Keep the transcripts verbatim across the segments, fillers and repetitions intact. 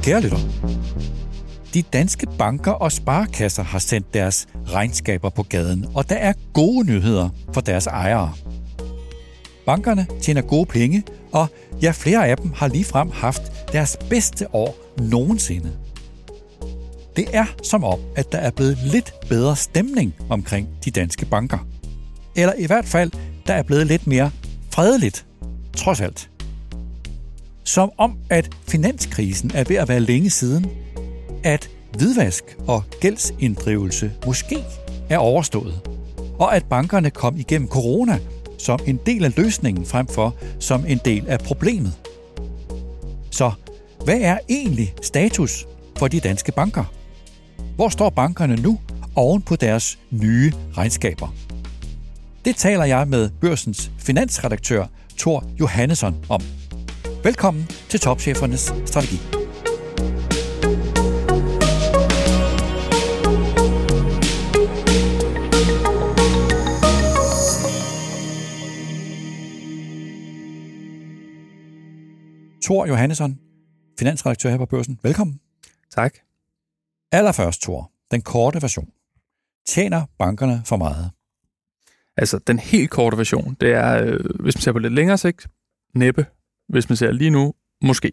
Kære lytter, de danske banker og sparekasser har sendt deres regnskaber på gaden, og der er gode nyheder for deres ejere. Bankerne tjener gode penge, og ja, flere af dem har ligefrem haft deres bedste år nogensinde. Det er som om, at der er blevet lidt bedre stemning omkring de danske banker. Eller i hvert fald, der er blevet lidt mere fredeligt, trods alt. Som om, at finanskrisen er ved at være længe siden, at hvidvask og gældsinddrivelse måske er overstået, og at bankerne kom igennem corona som en del af løsningen frem for som en del af problemet. Så hvad er egentlig status for de danske banker? Hvor står bankerne nu oven på deres nye regnskaber? Det taler jeg med Børsens finansredaktør Thor Johannesson om. Velkommen til Topchefernes Strategi. Thor Johannesson, finansredaktør her på Børsen. Velkommen. Tak. Allerførst, Thor, den korte version. Tjener bankerne for meget? Altså, den helt korte version, det er, øh, hvis man ser på lidt længere sigt, næppe. Hvis man ser lige nu, måske.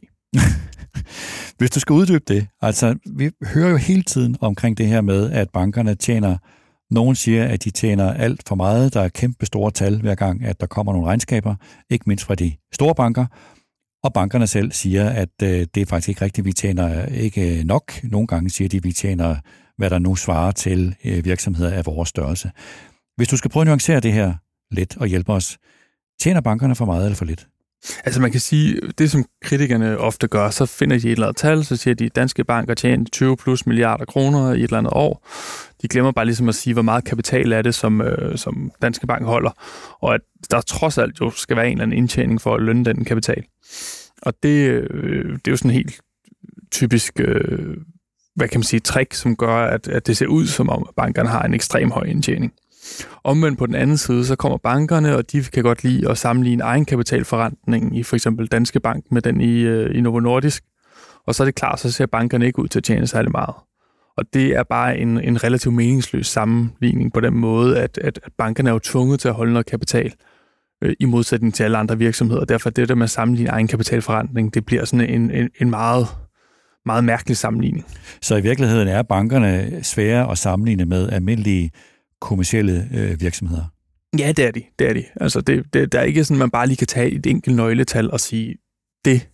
Hvis du skal uddybe det, altså, vi hører jo hele tiden omkring det her med, at bankerne tjener, nogen siger, at de tjener alt for meget. Der er kæmpe store tal hver gang, at der kommer nogle regnskaber, ikke mindst fra de store banker. Og bankerne selv siger, at øh, det er faktisk ikke rigtigt, vi tjener ikke nok. Nogle gange siger de, at vi tjener, hvad der nu svarer til øh, virksomheder af vores størrelse. Hvis du skal prøve at nuancere det her lidt og hjælpe os, tjener bankerne for meget eller for lidt? Altså man kan sige, det som kritikerne ofte gør, så finder de et eller andet tal, så siger de, at danske banker tjener tyve plus milliarder kroner i et eller andet år. De glemmer bare ligesom at sige, hvor meget kapital er det, som, øh, som Danske Bank holder, og at der trods alt jo skal være en eller anden indtjening for at lønne den kapital. Og det, øh, det er jo sådan helt typisk, øh, hvad kan man sige, trick, som gør, at, at det ser ud som om, at bankerne har en ekstrem høj indtjening. Omvendt på den anden side, så kommer bankerne, og de kan godt lide at sammenligne egenkapitalforrentning i for eksempel Danske Bank med den i, øh, i Novo Nordisk. Og så er det klart, så ser bankerne ikke ud til at tjene særlig meget. Og det er bare en, en relativt meningsløs sammenligning på den måde, at, at, at bankerne er jo tvunget til at holde noget kapital øh, i modsætning til alle andre virksomheder. Derfor det der med at sammenligne egenkapitalforrentning, det bliver sådan en, en, en meget, meget mærkelig sammenligning. Så i virkeligheden er bankerne svære at sammenligne med almindelige kommercielle øh, virksomheder? Ja, det er de. Det er de. Altså, det, det, der er ikke sådan, at man bare lige kan tage et enkelt nøgletal og sige, det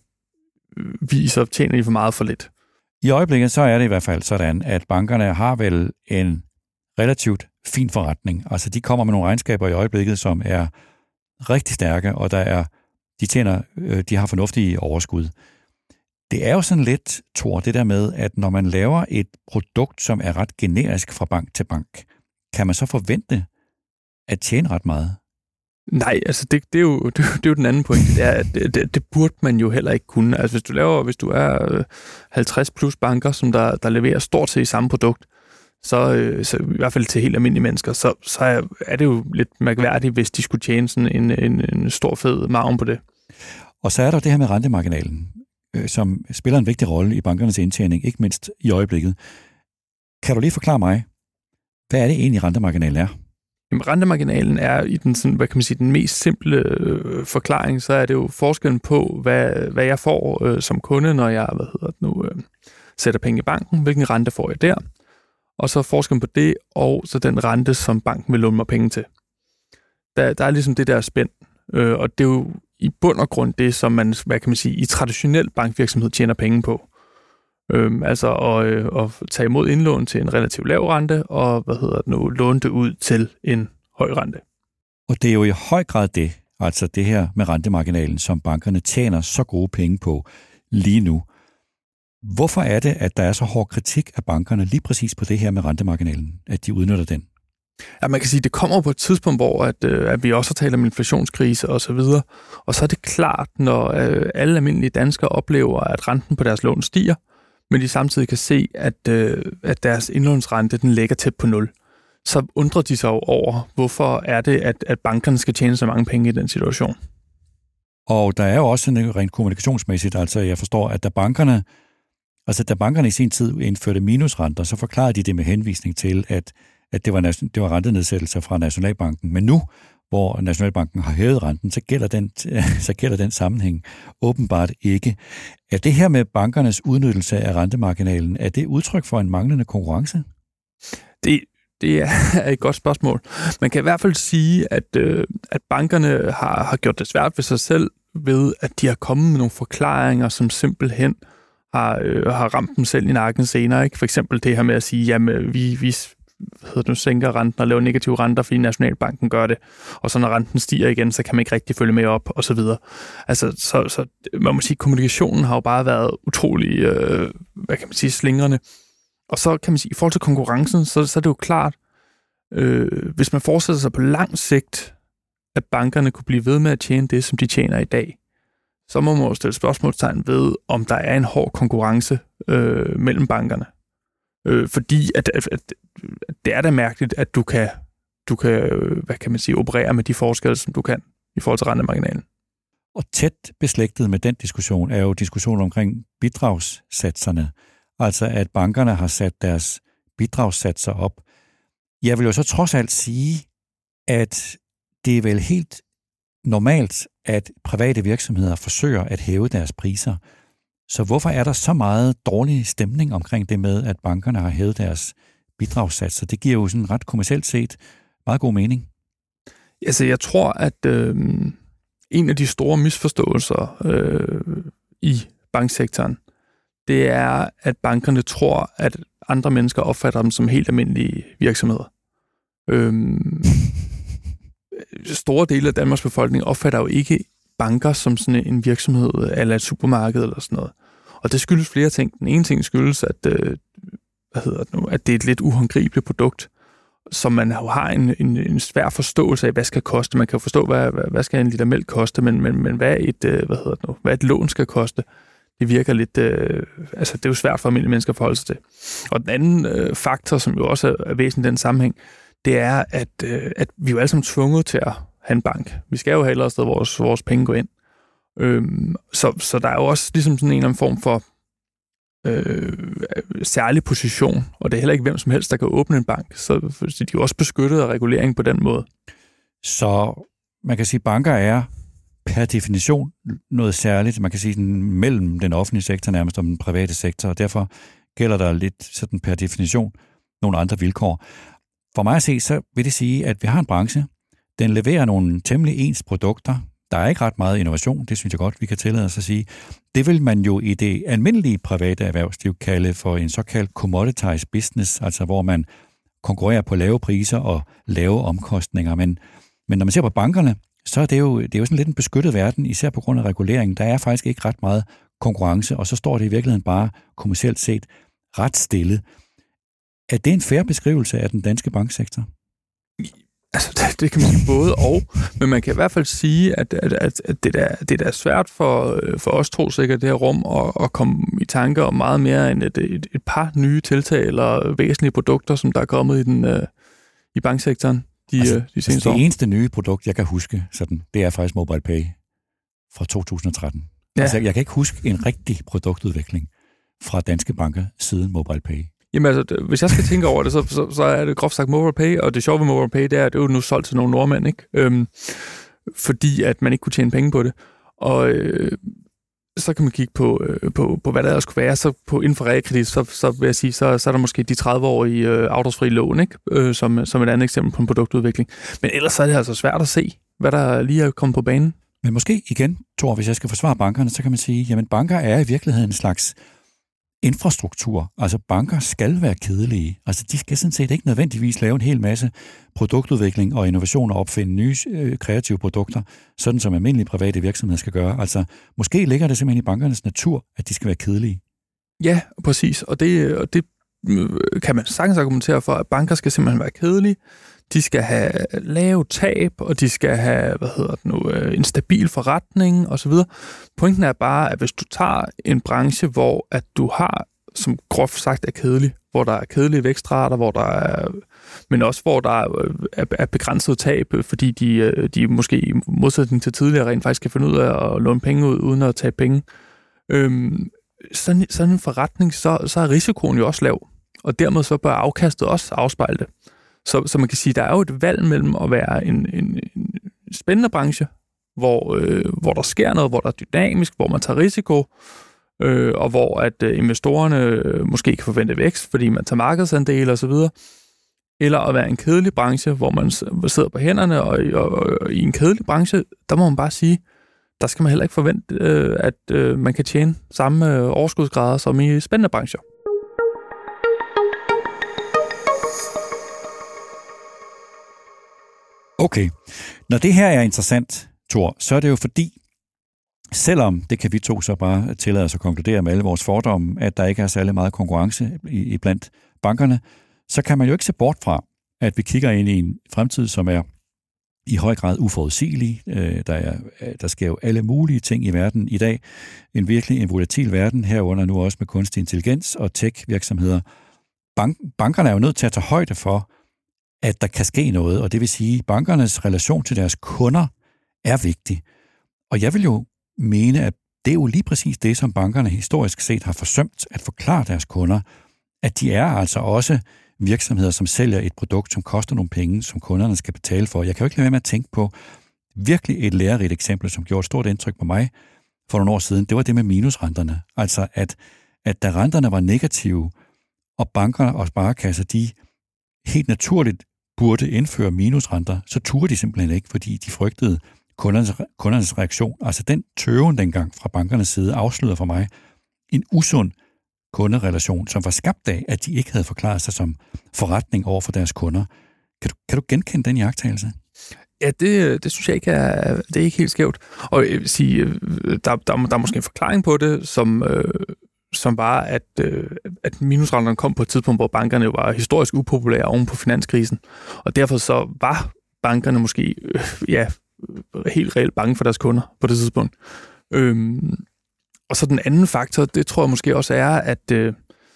viser, tjener de for meget for lidt. I øjeblikket så er det i hvert fald sådan, at bankerne har vel en relativt fin forretning. Altså, de kommer med nogle regnskaber i øjeblikket, som er rigtig stærke, og der er, de tjener, de har fornuftige overskud. Det er jo sådan lidt, Thor, det der med, at når man laver et produkt, som er ret generisk fra bank til bank, kan man så forvente at tjene ret meget? Nej, altså det, det, er, jo, det, det er jo den anden pointe. Det, er, at det, det burde man jo heller ikke kunne. Altså hvis du laver, hvis du er halvtreds plus banker, som der, der leverer stort set i samme produkt, så, så i hvert fald til helt almindelige mennesker, så, så er, er det jo lidt mærkværdigt, hvis de skulle tjene sådan en, en, en stor fed margen på det. Og så er der det her med rentemarginalen, som spiller en vigtig rolle i bankernes indtjening, ikke mindst i øjeblikket. Kan du lige forklare mig, hvad er det egentlig, rentemarginalen er? Jamen, rentemarginalen er i den, sådan, hvad kan man sige, den mest simple øh, forklaring, så er det jo forskellen på, hvad, hvad jeg får øh, som kunde, når jeg hvad hedder det nu, øh, sætter penge i banken. Hvilken rente får jeg der? Og så forskellen på det, og så den rente, som banken vil låne mig penge til. Der, der er ligesom det der spænd, øh, og det er jo i bund og grund det, som man, hvad kan man sige, i traditionel bankvirksomhed tjener penge på. Øhm, altså at, øh, at tage imod indlån til en relativt lav rente, og hvad hedder det nu, låne det ud til en høj rente. Og det er jo i høj grad det, altså det her med rentemarginalen, som bankerne tjener så gode penge på lige nu. Hvorfor er det, at der er så hård kritik af bankerne lige præcis på det her med rentemarginalen, at de udnytter den? Ja, man kan sige, at det kommer på et tidspunkt, hvor at, øh, at vi også har talt om inflationskrise og så videre, og så er det klart, når øh, alle almindelige danskere oplever, at renten på deres lån stiger, men de samtidig kan se, at, øh, at deres indlånsrente den ligger tæt på nul. Så undrer de sig over, hvorfor er det, at, at bankerne skal tjene så mange penge i den situation. Og der er jo også en rent kommunikationsmæssigt, altså jeg forstår, at da bankerne Altså, da bankerne i sin tid indførte minusrenter, så forklarede de det med henvisning til, at, at det, var, det var rentenedsættelser fra Nationalbanken. Men nu, hvor Nationalbanken har hævet renten, så gælder den, så gælder den sammenhæng åbenbart ikke. Er det her med bankernes udnyttelse af rentemarginalen, er det udtryk for en manglende konkurrence? Det, det er et godt spørgsmål. Man kan i hvert fald sige, at, øh, at bankerne har, har gjort det svært ved sig selv ved, at de har kommet med nogle forklaringer, som simpelthen har, øh, har ramt dem selv i nakken senere. Ikke? For eksempel det her med at sige, jamen vi, vi hvad hedder det nu, sænker renten og laver negative renter, fordi Nationalbanken gør det. Og så når renten stiger igen, så kan man ikke rigtig følge med op, og så videre. Altså, så, så man må sige, kommunikationen har jo bare været utrolig, øh, hvad kan man sige, slingrende. Og så kan man sige, i forhold til konkurrencen, så, så er det jo klart, øh, hvis man forestiller sig på lang sigt, at bankerne kunne blive ved med at tjene det, som de tjener i dag, så må man jo stille spørgsmålstegn ved, om der er en hård konkurrence øh, mellem bankerne. Øh, fordi at, at, at det er da mærkeligt, at du kan, du kan, hvad kan man sige, operere med de forskelle, som du kan i forhold til rentemarginalen. Og tæt beslægtet med den diskussion er jo diskussionen omkring bidragssatserne. Altså at bankerne har sat deres bidragssatser op. Jeg vil jo så trods alt sige, at det er vel helt normalt, at private virksomheder forsøger at hæve deres priser. Så hvorfor er der så meget dårlig stemning omkring det med, at bankerne har hævet deres bidragssatser? Det giver jo sådan ret kommercielt set meget god mening. Altså, jeg tror, at øh, en af de store misforståelser øh, i banksektoren, det er, at bankerne tror, at andre mennesker opfatter dem som helt almindelige virksomheder. Øhm, store dele af Danmarks befolkning opfatter jo ikke banker som sådan en virksomhed eller et supermarked eller sådan noget. Og det skyldes flere ting. Den ene ting skyldes, at, øh, hvad hedder det nu, at det er et lidt uhåndgribeligt produkt, som man jo har en, en, en svær forståelse af, hvad skal koste. Man kan jo forstå, hvad, hvad, hvad skal en liter mælk koste, men, men, men hvad, et, øh, hvad, hedder det nu, hvad et lån skal koste, det virker lidt... Øh, altså, det er jo svært for almindelige mennesker at forholde sig til. Og den anden øh, faktor, som jo også er væsentlig i den sammenhæng, det er, at, øh, at vi er jo alle sammen tvunget til at have en bank. Vi skal jo have et eller andet sted, hvor vores, vores penge går ind. Øhm, så, så der er jo også ligesom sådan en eller anden form for øh, særlig position, og det er heller ikke hvem som helst, der kan åbne en bank. Så de er jo også beskyttet af regulering på den måde. Så man kan sige, at banker er per definition noget særligt. Man kan sige den mellem den offentlige sektor nærmest om den private sektor, og derfor gælder der lidt sådan per definition nogle andre vilkår. For mig at se, så vil det sige, at vi har en branche, den leverer nogle temmelig ens produkter. Der er ikke ret meget innovation, det synes jeg godt, vi kan tillade os at sige. Det vil man jo i det almindelige private erhvervsliv kalde for en såkaldt commoditized business, altså hvor man konkurrerer på lave priser og lave omkostninger. Men, men når man ser på bankerne, så er det, jo, det er jo sådan lidt en beskyttet verden, især på grund af reguleringen. Der er faktisk ikke ret meget konkurrence, og så står det i virkeligheden bare kommercielt set ret stille. Er det en fair beskrivelse af den danske banksektor? Altså, det, det kan man sige både og, men man kan i hvert fald sige, at, at, at, at det, er, det er svært for, for os to sikkert det her rum at, at komme i tanke om meget mere end et, et, et par nye tiltag eller væsentlige produkter, som der er kommet i, den, uh, i banksektoren de, altså, de seneste altså år. Det eneste nye produkt, jeg kan huske, sådan, det er faktisk MobilePay fra to tusind og tretten. Ja. Altså, jeg kan ikke huske en rigtig produktudvikling fra danske banker siden MobilePay. Jamen altså, hvis jeg skal tænke over det, så, så, så er det groft sagt MobilePay, og det sjove ved MobilePay, det er, at det er jo nu solgt til nogle nordmænd, ikke? Øhm, fordi at man ikke kunne tjene penge på det. Og øh, så kan man kigge på, øh, på, på hvad der ellers kunne være. Så på inden for realkredit, så, så vil jeg sige, så, så er der måske de tredive-årige øh, afdragsfri lån, ikke? Øh, som, som et andet eksempel på en produktudvikling. Men ellers så er det altså svært at se, hvad der lige er kommet på banen. Men måske igen, Thor, hvis jeg skal forsvare bankerne, så kan man sige, jamen banker er i virkeligheden en slags infrastruktur. Altså banker skal være kedelige. Altså de skal sådan set ikke nødvendigvis lave en hel masse produktudvikling og innovation og opfinde nye øh, kreative produkter, sådan som almindelige private virksomheder skal gøre. Altså måske ligger det simpelthen i bankernes natur, at de skal være kedelige. Ja, præcis. Og det, og det kan man sagtens argumentere for, at banker skal simpelthen være kedelige. De skal have lave tab, og de skal have, hvad hedder det nu, en stabil forretning osv. Pointen er bare, at hvis du tager en branche, hvor at du har, som groft sagt er kedelig, hvor der er kedelige vækstrater, hvor der er, men også hvor der er, er begrænset tab, fordi de, de måske i modsætning til tidligere rent faktisk kan finde ud af at låne penge ud, uden at tage penge, øhm, sådan, sådan en forretning, så, så er risikoen jo også lav, og dermed så bør afkastet også afspejle det. Så, så man kan sige, der er jo et valg mellem at være en, en, en spændende branche, hvor, øh, hvor der sker noget, hvor der er dynamisk, hvor man tager risiko, øh, og hvor at øh, investorerne øh, måske kan forvente vækst, fordi man tager markedsandele osv., eller at være en kedelig branche, hvor man sidder på hænderne, og, og, og, og i en kedelig branche, der må man bare sige, der skal man heller ikke forvente, øh, at øh, man kan tjene samme øh, overskudsgrader som i spændende brancher. Okay. Når det her er interessant, Thor, så er det jo fordi, selvom det kan vi to så bare tillade os at konkludere med alle vores fordomme, at der ikke er særlig meget konkurrence i, i blandt bankerne, så kan man jo ikke se bort fra, at vi kigger ind i en fremtid, som er i høj grad uforudsigelig. Der, er, der sker jo alle mulige ting i verden i dag. En virkelig en volatil verden, herunder nu også med kunstig intelligens og tech-virksomheder. Bank, bankerne er jo nødt til at tage højde for, at der kan ske noget, og det vil sige, at bankernes relation til deres kunder er vigtig. Og jeg vil jo mene, at det er jo lige præcis det, som bankerne historisk set har forsømt at forklare deres kunder, at de er altså også virksomheder, som sælger et produkt, som koster nogle penge, som kunderne skal betale for. Jeg kan jo ikke lade være med at tænke på virkelig et lærerigt eksempel, som gjorde et stort indtryk på mig for nogle år siden. Det var det med minusrenterne. Altså, at, at da renterne var negative, og banker og sparekasser, de helt naturligt burde indføre minusrenter, så turde de simpelthen ikke, fordi de frygtede kundernes, kundernes reaktion. Altså den tøven dengang fra bankernes side afslørede for mig en usund kunderelation, som var skabt af, at de ikke havde forklaret sig som forretning over for deres kunder. Kan du, kan du genkende den iagttagelse? Ja, det, det synes jeg ikke er, det er ikke helt skævt. Og jeg vil sige, der, der, der er måske en forklaring på det, som, øh, som var, at, øh, at minusrenterne kom på et tidspunkt, hvor bankerne var historisk upopulære oven på finanskrisen. Og derfor så var bankerne måske øh, ja, helt reelt bange for deres kunder på det tidspunkt. Øhm, og så den anden faktor, det tror jeg måske også er, at øh,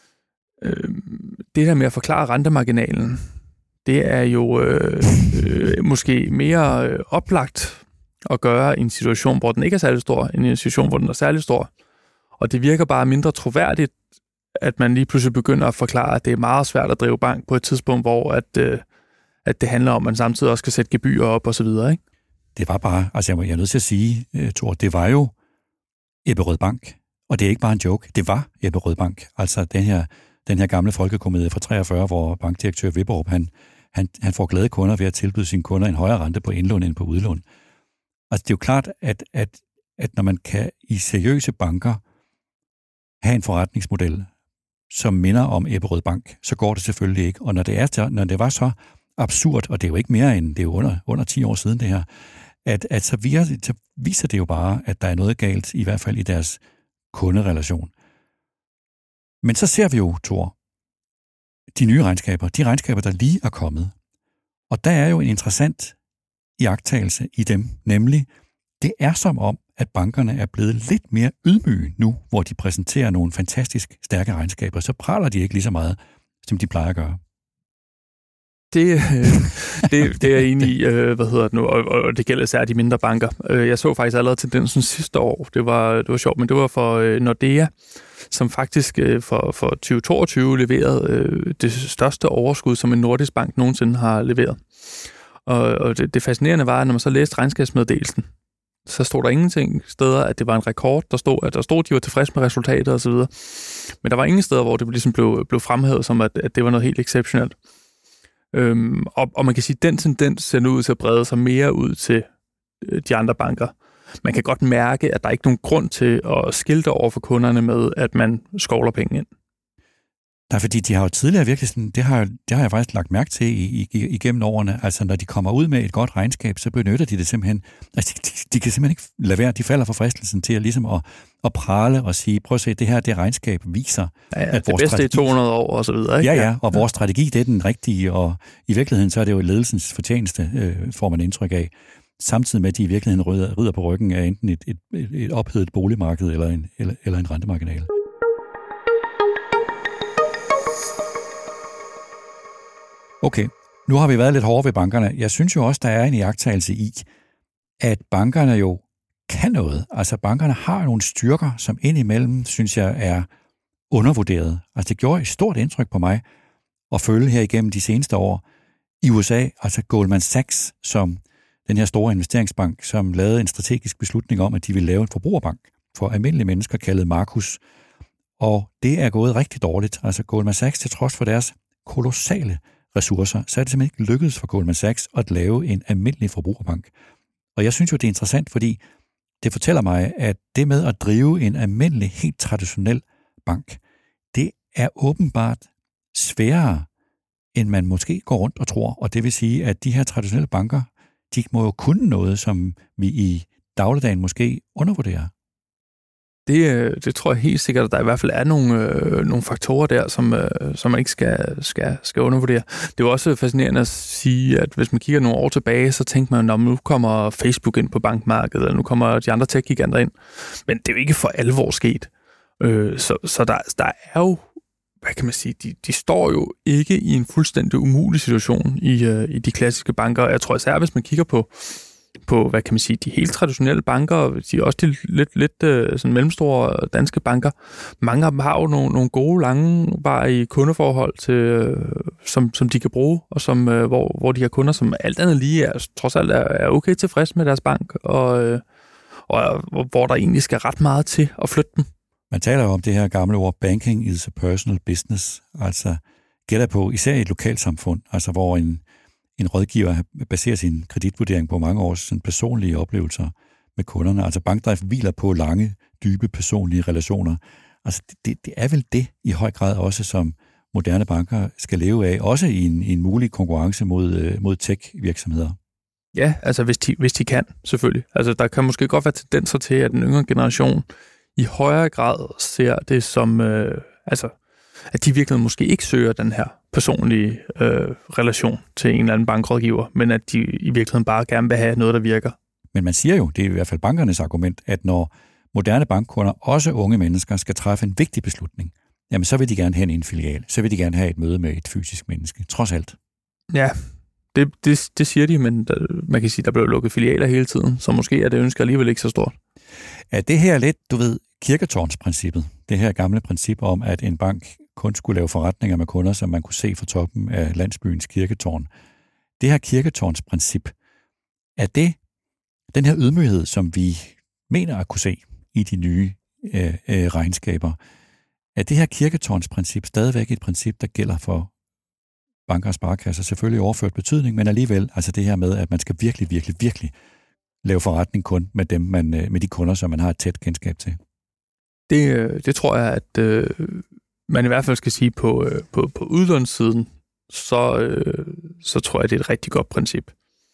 øh, det der med at forklare rentemarginalen, det er jo øh, øh, måske mere øh, oplagt at gøre i en situation, hvor den ikke er særlig stor, end i en situation, hvor den er særlig stor. Og det virker bare mindre troværdigt, at man lige pludselig begynder at forklare, at det er meget svært at drive bank på et tidspunkt, hvor at, øh, at det handler om, at man samtidig også skal sætte gebyrer op og så videre, ikke? Det var bare, altså jeg er nødt til at sige, Thor, det var jo Ebberød Bank, og det er ikke bare en joke, det var Ebberød Bank. Altså den her, den her gamle folkekomedie fra treogfyrre, hvor bankdirektør Vipperup, han, han, han får glade kunder ved at tilbyde sine kunder en højere rente på indlån end på udlån. Altså det er jo klart, at, at, at når man kan i seriøse banker have en forretningsmodel, som minder om Ebberød Bank, så går det selvfølgelig ikke. Og når det, er, når det var så absurd, og det er jo ikke mere end, det er jo under, under ti år siden det her, at, at så, viser, så viser det jo bare, at der er noget galt, i hvert fald i deres kunderelation. Men så ser vi jo, Thor, de nye regnskaber, de regnskaber, der lige er kommet. Og der er jo en interessant iagttagelse i dem, nemlig, det er som om, at bankerne er blevet lidt mere ydmyge nu, hvor de præsenterer nogle fantastisk stærke regnskaber, så praler de ikke lige så meget, som de plejer at gøre. Det, det, det er jeg enig i, hvad hedder det nu, og, og det gælder især de mindre banker. Jeg så faktisk allerede tendensen sidste år, det var, det var sjovt, men det var for Nordea, som faktisk for, for tyve toogtyve leverede det største overskud, som en nordisk bank nogensinde har leveret. Og, og det, det fascinerende var, at når man så læste regnskabsmeddelelsen, så stod der ingenting steder, at det var en rekord. Der stod, at der stod, at de var tilfredse med resultatet osv. Men der var ingen steder, hvor det ligesom blev, blev fremhævet som, at, at det var noget helt exceptionelt. Øhm, og, og man kan sige, at den tendens ser nu ud til at brede sig mere ud til øh, de andre banker. Man kan godt mærke, at der er ikke nogen grund til at skilte over for kunderne med, at man skovler penge ind. Nej, fordi de har jo tidligere virkelig sådan, det har, det har jeg faktisk lagt mærke til i, i, igennem årene, altså når de kommer ud med et godt regnskab, så benytter de det simpelthen, altså de, de, de kan simpelthen ikke lade være, de falder for fristelsen til at ligesom at, at prale og sige, prøv at se, det her, det regnskab viser, ja, ja, at det vores bedste strategi, i to hundrede år og så videre, ikke? Ja, ja, og vores strategi, det er den rigtige, og i virkeligheden, så er det jo ledelsens fortjeneste, øh, får man indtryk af, samtidig med, at de i virkeligheden rider, rider på ryggen af enten et, et, et, et ophedet boligmarked eller en, eller, eller en rentemarginal. Okay, nu har vi været lidt hårde ved bankerne. Jeg synes jo også, der er en iagttagelse i, at bankerne jo kan noget. Altså bankerne har nogle styrker, som indimellem, synes jeg, er undervurderet. Altså det gjorde et stort indtryk på mig at følge her igennem de seneste år i U S A, altså Goldman Sachs, som den her store investeringsbank, som lavede en strategisk beslutning om, at de ville lave en forbrugerbank for almindelige mennesker, kaldet Marcus. Og det er gået rigtig dårligt. Altså Goldman Sachs, til trods for deres kolossale ressourcer, så er det simpelthen ikke lykkedes for Goldman Sachs at lave en almindelig forbrugerbank. Og jeg synes jo, det er interessant, fordi det fortæller mig, at det med at drive en almindelig, helt traditionel bank, det er åbenbart sværere, end man måske går rundt og tror. Og det vil sige, at de her traditionelle banker, de må jo kunne noget, som vi i dagligdagen måske undervurderer. Det, det tror jeg helt sikkert, at der i hvert fald er nogle, øh, nogle faktorer der, som, øh, som man ikke skal, skal, skal undervurdere. Det er jo også fascinerende at sige, at hvis man kigger nogle år tilbage, så tænker man, at nu kommer Facebook ind på bankmarkedet, eller nu kommer de andre tech-giganter ind. Men det er jo ikke for alvor sket. Øh, så så der, der er jo, hvad kan man sige, de, de står jo ikke i en fuldstændig umulig situation i, øh, i de klassiske banker. Jeg tror især, hvis man kigger på på, hvad kan man sige, de helt traditionelle banker, de også de lidt, lidt sådan mellemstore danske banker. Mange af dem har jo nogle, nogle gode, lange, bare i kundeforhold, til, som, som de kan bruge, og som, hvor, hvor de har kunder, som alt andet lige er, trods alt er, er okay tilfreds med deres bank, og, og hvor der egentlig skal ret meget til at flytte dem. Man taler jo om det her gamle ord, banking is a personal business, altså gætter på, især i et lokalsamfund, altså hvor en En rådgiver baserer sin kreditvurdering på mange års sådan, personlige oplevelser med kunderne. Altså bankdrift hviler på lange, dybe personlige relationer. Altså det, det er vel det i høj grad også, som moderne banker skal leve af, også i en, i en mulig konkurrence mod, mod tech-virksomheder. Ja, altså hvis de, hvis de kan, selvfølgelig. Altså der kan måske godt være tendenser til, at den yngre generation i højere grad ser det som, øh, altså at de virkelig måske ikke søger den her personlige øh, relation til en eller anden bankrådgiver, men at de i virkeligheden bare gerne vil have noget, der virker. Men man siger jo, det er i hvert fald bankernes argument, at når moderne bankkunder, også unge mennesker, skal træffe en vigtig beslutning, jamen så vil de gerne have en filial, så vil de gerne have et møde med et fysisk menneske, trods alt. Ja, det, det, det siger de, men der, man kan sige, der blev lukket filialer hele tiden, så måske er det ønske alligevel ikke så stort. Er det her lidt, du ved, kirketårnsprincippet, det her gamle princip om, at en bank kun skulle lave forretninger med kunder, som man kunne se fra toppen af landsbyens kirketårn. Det her kirketårnsprincip, er det den her ydmyghed, som vi mener at kunne se i de nye øh, øh, regnskaber, er det her kirketårnsprincip stadigvæk et princip, der gælder for banker og sparekasser? Selvfølgelig overført betydning, men alligevel, altså det her med, at man skal virkelig, virkelig, virkelig lave forretning kun med dem, man, med de kunder, som man har et tæt kendskab til. Det, det tror jeg, at øh, man i hvert fald skal sige på, øh, på, på udlånssiden, så, øh, så tror jeg, det er et rigtig godt princip.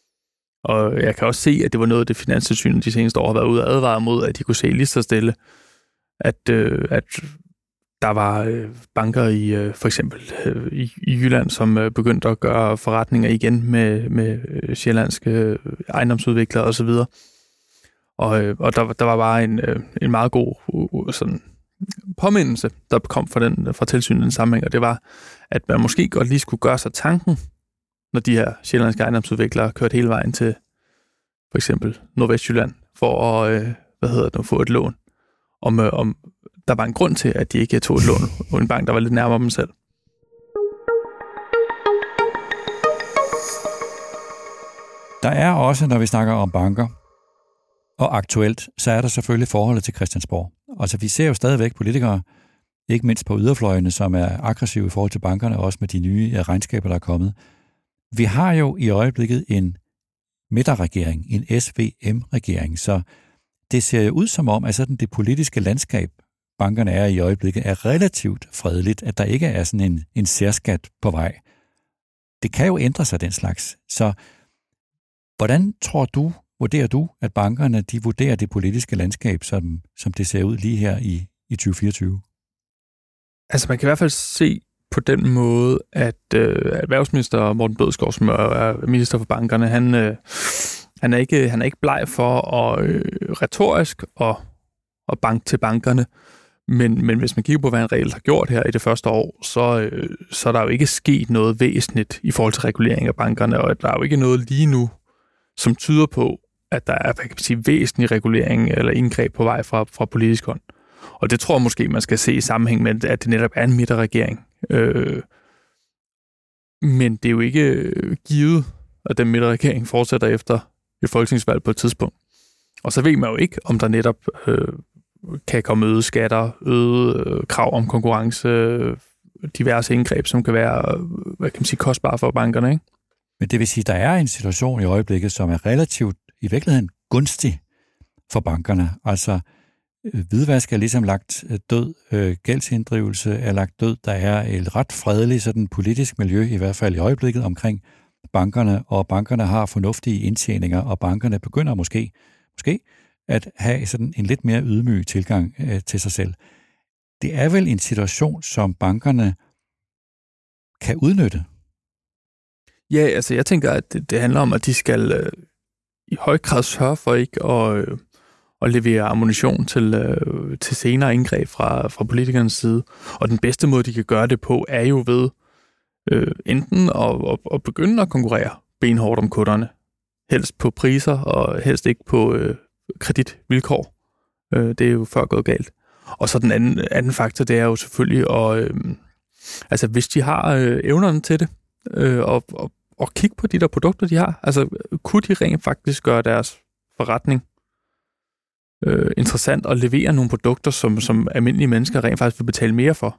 Og jeg kan også se, at det var noget af det Finanstilsynet de seneste år har været ude og advare mod, at de kunne se lige så stille, at, øh, at der var øh, banker i øh, for eksempel øh, i, i Jylland, som øh, begyndte at gøre forretninger igen med, med øh, sjællandske øh, ejendomsudviklere osv. Og, øh, og der, der var bare en, øh, en meget god uh, sådan påmindelse, der kom fra, den, fra tilsynet den sammenhæng, og det var, at man måske godt lige skulle gøre sig tanken, når de her sjællandske ejendomsudviklere kørte hele vejen til for eksempel Nordvestjylland, for at øh, hvad hedder det, få et lån. Om, øh, om der var en grund til, at de ikke tog et lån på en bank, der var lidt nærmere dem selv. Der er også, når vi snakker om banker, og aktuelt, så er der selvfølgelig forholdet til Christiansborg. Altså, vi ser jo stadigvæk politikere, ikke mindst på yderfløjene, som er aggressive i forhold til bankerne, også med de nye regnskaber, der er kommet. Vi har jo i øjeblikket en midterregering, en S V M-regering, så det ser jo ud som om, at sådan det politiske landskab, bankerne er i øjeblikket, er relativt fredeligt, at der ikke er sådan en, en særskat på vej. Det kan jo ændre sig, den slags. Så hvordan tror du, vurderer du, at bankerne de vurderer det politiske landskab, som, som det ser ud lige her i, i tyve fireogtyve? Altså man kan i hvert fald se på den måde, at øh, erhvervsminister Morten Bødskov, som er minister for bankerne, han, øh, han, er, ikke, han er ikke bleg for at øh, retorisk og, og bank til bankerne, men, men hvis man kigger på, hvad han reelt har gjort her i det første år, så, øh, så er der jo ikke sket noget væsentligt i forhold til regulering af bankerne, og der er jo ikke noget lige nu, som tyder på, at der er, hvad kan man sige, væsentlig regulering eller indgreb på vej fra, fra politisk hånd. Og det tror jeg måske, man skal se i sammenhæng med, at det netop er en midterregering. Øh, men det er jo ikke givet, at den midterregering fortsætter efter et folketingsvalg på et tidspunkt. Og så ved man jo ikke, om der netop øh, kan komme øgede skatter, øgede øh, krav om konkurrence, øh, diverse indgreb, som kan være, hvad kan man sige, kostbare for bankerne, ikke? Men det vil sige, at der er en situation i øjeblikket, som er relativt i virkeligheden gunstig for bankerne. Altså, hvidvask er ligesom lagt død, øh, gældsinddrivelse er lagt død. Der er et ret fredeligt sådan politisk miljø, i hvert fald i øjeblikket, omkring bankerne, og bankerne har fornuftige indtjeninger, og bankerne begynder måske, måske at have sådan en lidt mere ydmyg tilgang øh, til sig selv. Det er vel en situation, som bankerne kan udnytte? Ja, altså jeg tænker, at det, det handler om, at de skal øh, i høj grad sørge for ikke at, øh, at levere ammunition til, øh, til senere indgreb fra, fra politikernes side. Og den bedste måde, de kan gøre det på, er jo ved øh, enten at, at, at begynde at konkurrere benhårdt om kunderne. Helst på priser, og helst ikke på øh, kreditvilkår. Øh, det er jo før gået galt. Og så den anden, anden faktor, det er jo selvfølgelig, at, øh, altså hvis de har øh, evnerne til det, øh, og, og, og kigge på de der produkter, de har, altså kunne de rent faktisk gøre deres forretning øh, interessant og levere nogle produkter, som, som almindelige mennesker rent faktisk vil betale mere for.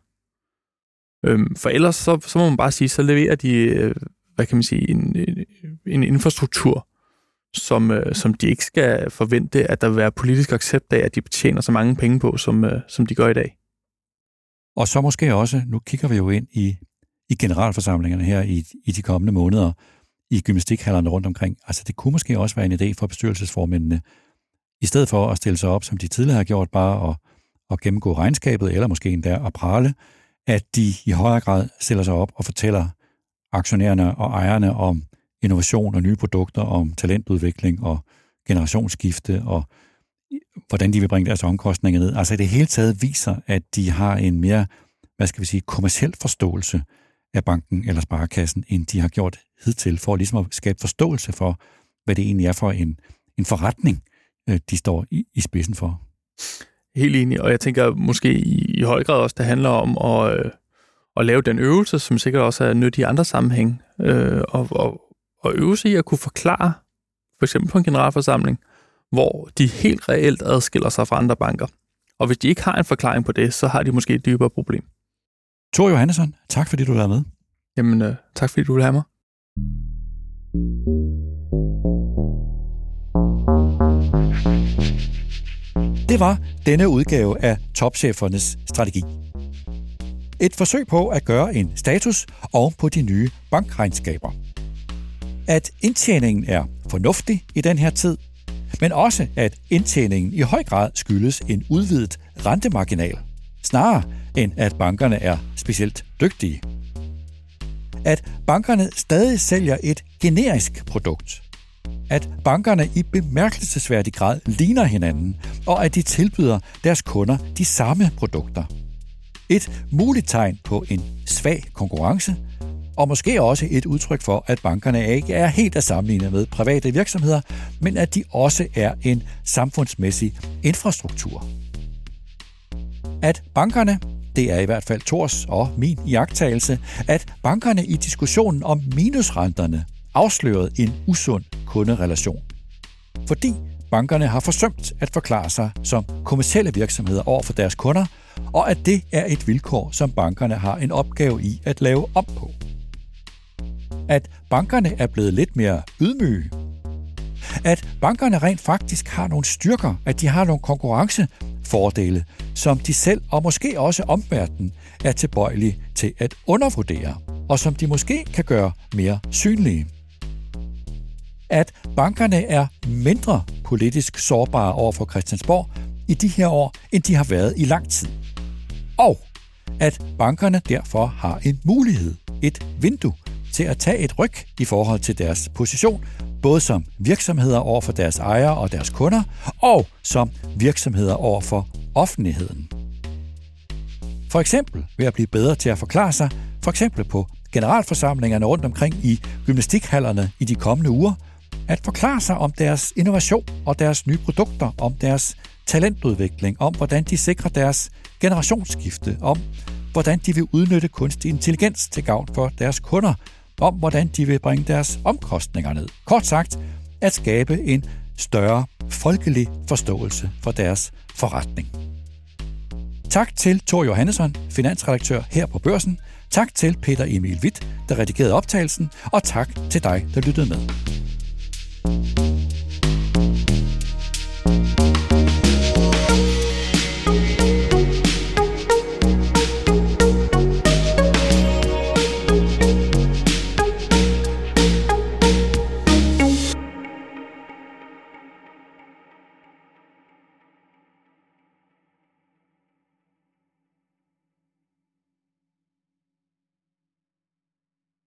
Øh, for ellers, så, så må man bare sige, så leverer de, øh, hvad kan man sige, en, en infrastruktur, som, øh, som de ikke skal forvente, at der vil være politisk accept af, at de betjener så mange penge på, som, øh, som de gør i dag. Og så måske også, nu kigger vi jo ind i, i generalforsamlingerne her i, i de kommende måneder, i gymnastikhallerne rundt omkring. Altså det kunne måske også være en idé for bestyrelsesformændene, i stedet for at stille sig op, som de tidligere har gjort, bare at, at gennemgå regnskabet, eller måske endda at prale, at de i højere grad stiller sig op og fortæller aktionærerne og ejerne om innovation og nye produkter, om talentudvikling og generationsskifte, og hvordan de vil bringe deres omkostninger ned. Altså i det hele taget viser, at de har en mere, hvad skal vi sige, kommerciel forståelse af banken eller sparekassen, end de har gjort hidtil, for ligesom at skabe forståelse for, hvad det egentlig er for en, en forretning, de står i, i spidsen for. Helt enig, og jeg tænker måske i, i høj grad også, det handler om at, øh, at lave den øvelse, som sikkert også er nyttig i andre sammenhæng, øh, og, og, og øve sig i at kunne forklare, for eksempel på en generalforsamling, hvor de helt reelt adskiller sig fra andre banker. Og hvis de ikke har en forklaring på det, så har de måske et dybere problem. Thor Johannesson, tak fordi du var med. Jamen, øh, tak fordi du ville have mig. Det var denne udgave af Topchefernes Strategi. Et forsøg på at gøre en status oven på de nye bankregnskaber. At indtjeningen er fornuftig i den her tid, men også at indtjeningen i høj grad skyldes en udvidet rentemarginal, snarere end at bankerne er specielt dygtige. At bankerne stadig sælger et generisk produkt. At bankerne i bemærkelsesværdig grad ligner hinanden, og at de tilbyder deres kunder de samme produkter. Et muligt tegn på en svag konkurrence, og måske også et udtryk for, at bankerne ikke er helt at sammenligne med private virksomheder, men at de også er en samfundsmæssig infrastruktur. At bankerne, det er i hvert fald Thors og min iagttagelse, at bankerne i diskussionen om minusrenterne afslørede en usund kunderelation. Fordi bankerne har forsømt at forklare sig som kommercielle virksomheder over for deres kunder, og at det er et vilkår, som bankerne har en opgave i at lave om på. At bankerne er blevet lidt mere ydmyge. At bankerne rent faktisk har nogle styrker, at de har nogle konkurrencefordele, som de selv og måske også omverdenen er tilbøjelige til at undervurdere, og som de måske kan gøre mere synlige. At bankerne er mindre politisk sårbare over for Christiansborg i de her år, end de har været i lang tid. Og at bankerne derfor har en mulighed, et vindue, til at tage et ryg i forhold til deres position, både som virksomheder over for deres ejere og deres kunder, og som virksomheder over for offentligheden. For eksempel ved at blive bedre til at forklare sig, for eksempel på generalforsamlingerne rundt omkring i gymnastikhallerne i de kommende uger, at forklare sig om deres innovation og deres nye produkter, om deres talentudvikling, om hvordan de sikrer deres generationsskifte, om hvordan de vil udnytte kunstig intelligens til gavn for deres kunder, om hvordan de vil bringe deres omkostninger ned. Kort sagt, at skabe en større folkelig forståelse for deres forretning. Tak til Thor Johannesson, finansredaktør her på Børsen. Tak til Peter Emil Witt, der redigerede optagelsen, og tak til dig, der lyttede med.